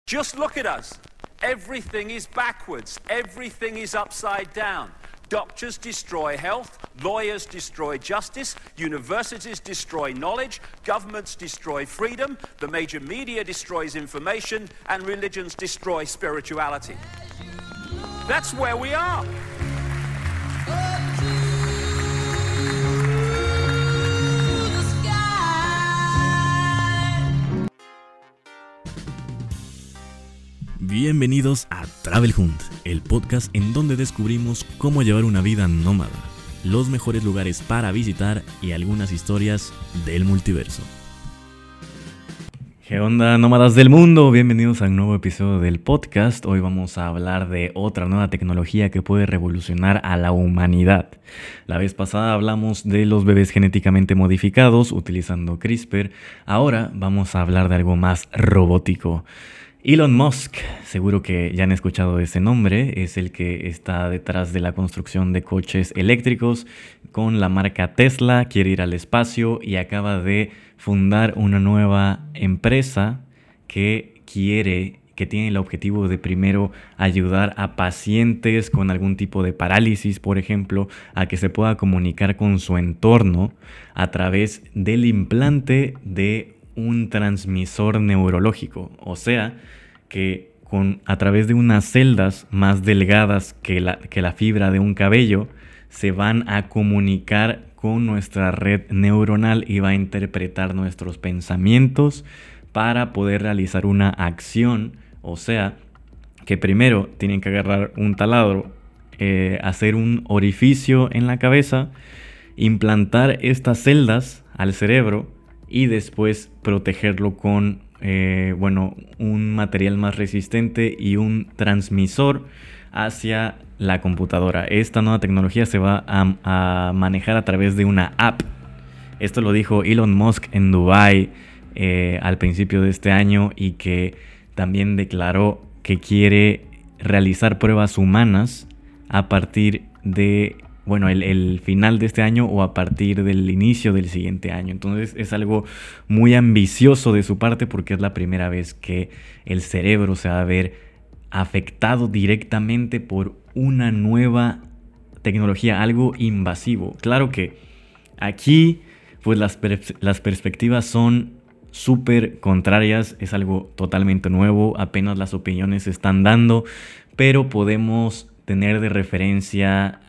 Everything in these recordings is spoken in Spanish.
Just look at us. Everything is backwards. Everything is upside down. Doctors destroy health, lawyers destroy justice, universities destroy knowledge, governments destroy freedom, the major media destroys information, and religions destroy spirituality. That's where we are. Bienvenidos a Travel Hunt, el podcast en donde descubrimos cómo llevar una vida nómada, los mejores lugares para visitar y algunas historias del multiverso. ¿Qué onda, nómadas del mundo? Bienvenidos a un nuevo episodio del podcast. Hoy vamos a hablar de otra nueva tecnología que puede revolucionar a la humanidad. La vez pasada hablamos de los bebés genéticamente modificados utilizando CRISPR. Ahora vamos a hablar de algo más robótico. Elon Musk, seguro que ya han escuchado ese nombre, es el que está detrás de la construcción de coches eléctricos con la marca Tesla, quiere ir al espacio y acaba de fundar una nueva empresa que tiene el objetivo de primero ayudar a pacientes con algún tipo de parálisis, por ejemplo, a que se pueda comunicar con su entorno a través del implante de un transmisor neurológico, o sea, que a través de unas celdas más delgadas que la fibra de un cabello se van a comunicar con nuestra red neuronal y va a interpretar nuestros pensamientos para poder realizar una acción, o sea, que primero tienen que agarrar un taladro, hacer un orificio en la cabeza, implantar estas celdas al cerebro y después protegerlo con un material más resistente y un transmisor hacia la computadora. Esta nueva tecnología se va a manejar a través de una app. Esto lo dijo Elon Musk en Dubái al principio de este año, y que también declaró que quiere realizar pruebas humanas a partir de el final de este año o a partir del inicio del siguiente año. Entonces es algo muy ambicioso de su parte, porque es la primera vez que el cerebro se va a ver afectado directamente por una nueva tecnología, algo invasivo. Claro que aquí pues las perspectivas son súper contrarias, es algo totalmente nuevo, apenas las opiniones se están dando, pero podemos tener de referencia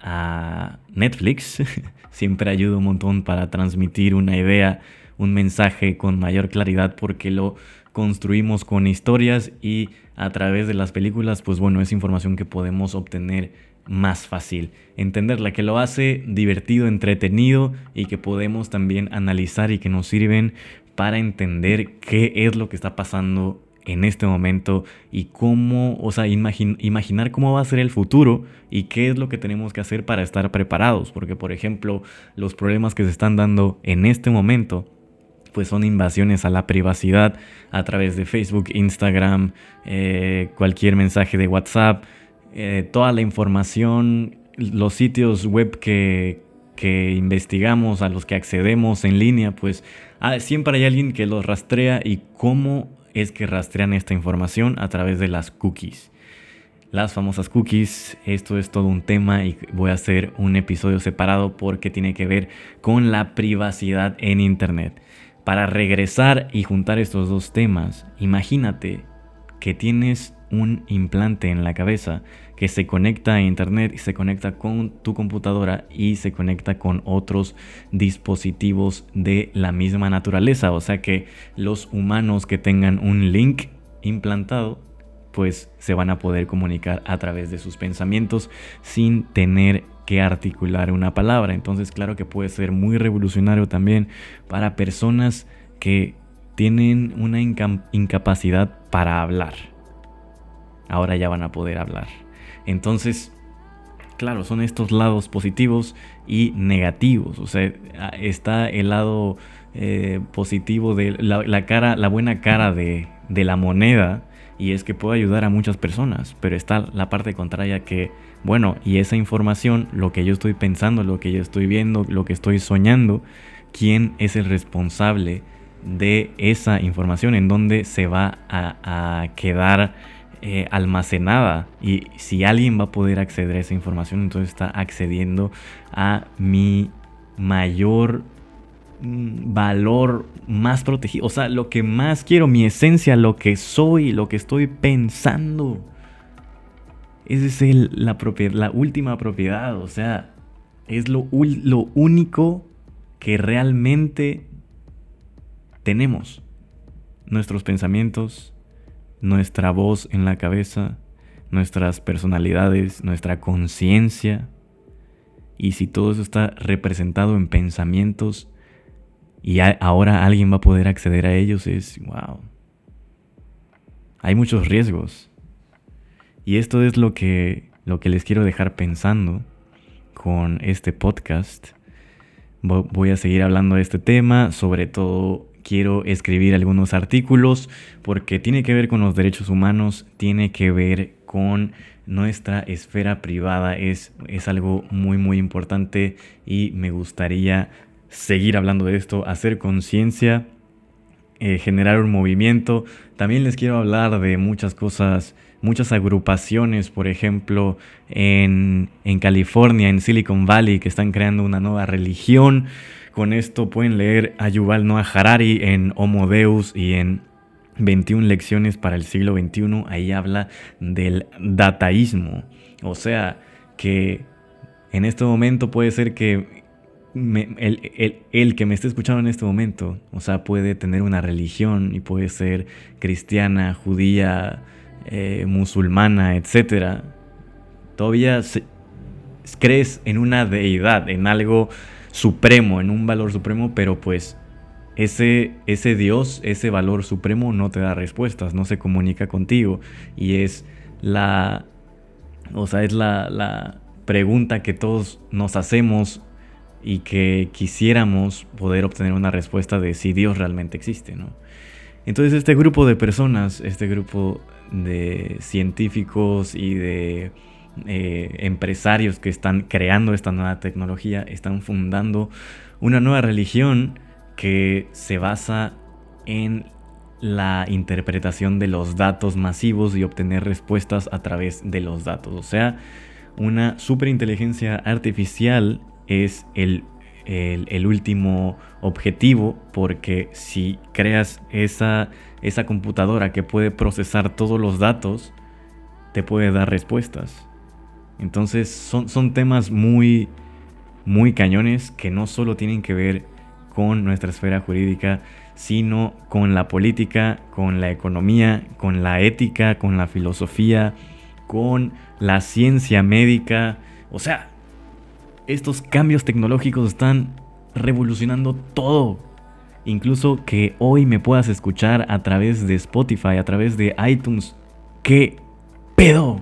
a Netflix. Siempre ayuda un montón para transmitir una idea, un mensaje con mayor claridad, porque lo construimos con historias y a través de las películas, pues es información que podemos obtener más fácil, entenderla, que lo hace divertido, entretenido, y que podemos también analizar y que nos sirven para entender qué es lo que está pasando en este momento y cómo, imaginar cómo va a ser el futuro y qué es lo que tenemos que hacer para estar preparados. Porque, por ejemplo, los problemas que se están dando en este momento pues son invasiones a la privacidad a través de Facebook, Instagram, cualquier mensaje de WhatsApp, toda la información, los sitios web que investigamos, a los que accedemos en línea, pues siempre hay alguien que los rastrea. ¿Y cómo es que rastrean esta información? A través de las cookies, las famosas cookies. Esto es todo un tema y voy a hacer un episodio separado porque tiene que ver con la privacidad en internet. Para regresar y juntar estos dos temas, imagínate que tienes un implante en la cabeza que se conecta a internet y se conecta con tu computadora y se conecta con otros dispositivos de la misma naturaleza. O sea que los humanos que tengan un link implantado pues se van a poder comunicar a través de sus pensamientos sin tener que articular una palabra. Entonces, claro que puede ser muy revolucionario también para personas que tienen una incapacidad para hablar. Ahora ya van a poder hablar. Entonces, claro, son estos lados positivos y negativos. O sea, está el lado positivo de la buena cara de la moneda, y es que puede ayudar a muchas personas. Pero está la parte contraria que, y esa información, lo que yo estoy pensando, lo que yo estoy viendo, lo que estoy soñando, ¿quién es el responsable de esa información, en dónde se va a quedar almacenada, y si alguien va a poder acceder a esa información, entonces está accediendo a mi mayor valor más protegido, o sea, lo que más quiero, mi esencia, lo que soy, lo que estoy pensando. Esa es la última propiedad, o sea, es lo único que realmente tenemos. Nuestros pensamientos, nuestra voz en la cabeza, nuestras personalidades, nuestra conciencia. Y si todo eso está representado en pensamientos y ahora alguien va a poder acceder a ellos, es wow. Hay muchos riesgos. Y esto es lo que les quiero dejar pensando con este podcast. Voy a seguir hablando de este tema, sobre todo quiero escribir algunos artículos porque tiene que ver con los derechos humanos, tiene que ver con nuestra esfera privada, es algo muy muy importante y me gustaría seguir hablando de esto, hacer conciencia, generar un movimiento. También les quiero hablar de muchas cosas, muchas agrupaciones, por ejemplo, en California, en Silicon Valley, que están creando una nueva religión. Con esto pueden leer a Yuval Noah Harari en Homo Deus y en 21 lecciones para el siglo XXI. Ahí habla del dataísmo. O sea, que en este momento puede ser que el que me esté escuchando en este momento, o sea, puede tener una religión y puede ser cristiana, judía, musulmana, etc. Todavía crees en una deidad, en algo supremo, en un valor supremo, pero pues ese Dios, ese valor supremo no te da respuestas, no se comunica contigo, y es la pregunta que todos nos hacemos y que quisiéramos poder obtener una respuesta de si Dios realmente existe, ¿no? Entonces este grupo de personas, este grupo de científicos y de empresarios que están creando esta nueva tecnología, están fundando una nueva religión que se basa en la interpretación de los datos masivos y obtener respuestas a través de los datos. O sea, una superinteligencia artificial es el último objetivo, porque si creas esa computadora que puede procesar todos los datos, te puede dar respuestas. Entonces son temas muy, muy cañones que no solo tienen que ver con nuestra esfera jurídica, sino con la política, con la economía, con la ética, con la filosofía, con la ciencia médica. O sea, estos cambios tecnológicos están revolucionando todo. Incluso que hoy me puedas escuchar a través de Spotify, a través de iTunes. ¿Qué pedo?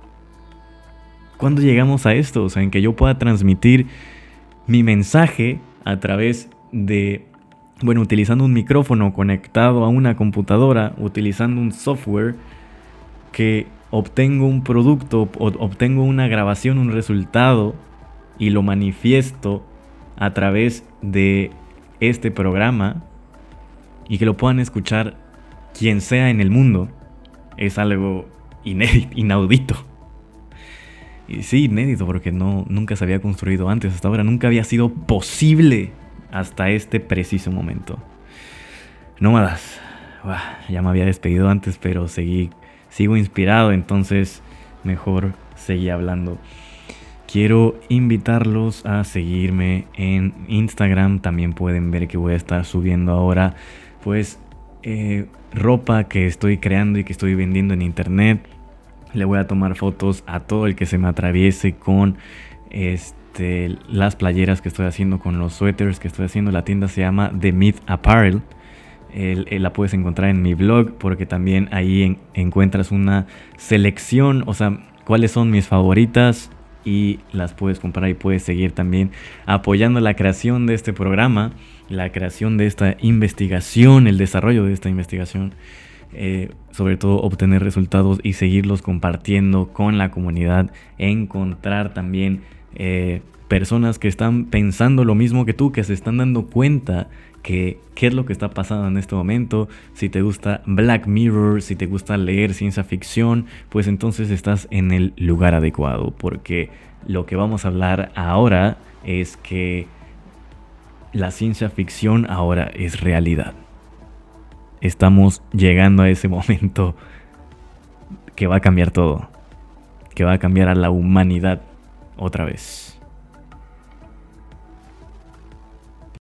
¿Cuándo llegamos a esto? O sea, en que yo pueda transmitir mi mensaje a través de, utilizando un micrófono conectado a una computadora, utilizando un software, que obtengo un producto, obtengo una grabación, un resultado, y lo manifiesto a través de este programa, y que lo puedan escuchar quien sea en el mundo. Es algo inaudito. Y sí, inédito, porque nunca se había construido antes. Hasta ahora nunca había sido posible hasta este preciso momento. Nómadas. Ya me había despedido antes, pero sigo inspirado, entonces mejor seguí hablando. Quiero invitarlos a seguirme en Instagram. También pueden ver que voy a estar subiendo ahora pues ropa que estoy creando y que estoy vendiendo en internet. Le voy a tomar fotos a todo el que se me atraviese con las playeras que estoy haciendo, con los suéteres que estoy haciendo. La tienda se llama The Myth Apparel. La puedes encontrar en mi blog, porque también ahí encuentras una selección, o sea, cuáles son mis favoritas, y las puedes comprar y puedes seguir también apoyando la creación de este programa, la creación de esta investigación, el desarrollo de esta investigación, sobre todo obtener resultados y seguirlos compartiendo con la comunidad, encontrar también personas que están pensando lo mismo que tú, que se están dando cuenta qué es lo que está pasando en este momento. Si te gusta Black Mirror, si te gusta leer ciencia ficción, pues entonces estás en el lugar adecuado, porque lo que vamos a hablar ahora es que la ciencia ficción ahora es realidad. Estamos llegando a ese momento que va a cambiar todo, que va a cambiar a la humanidad otra vez.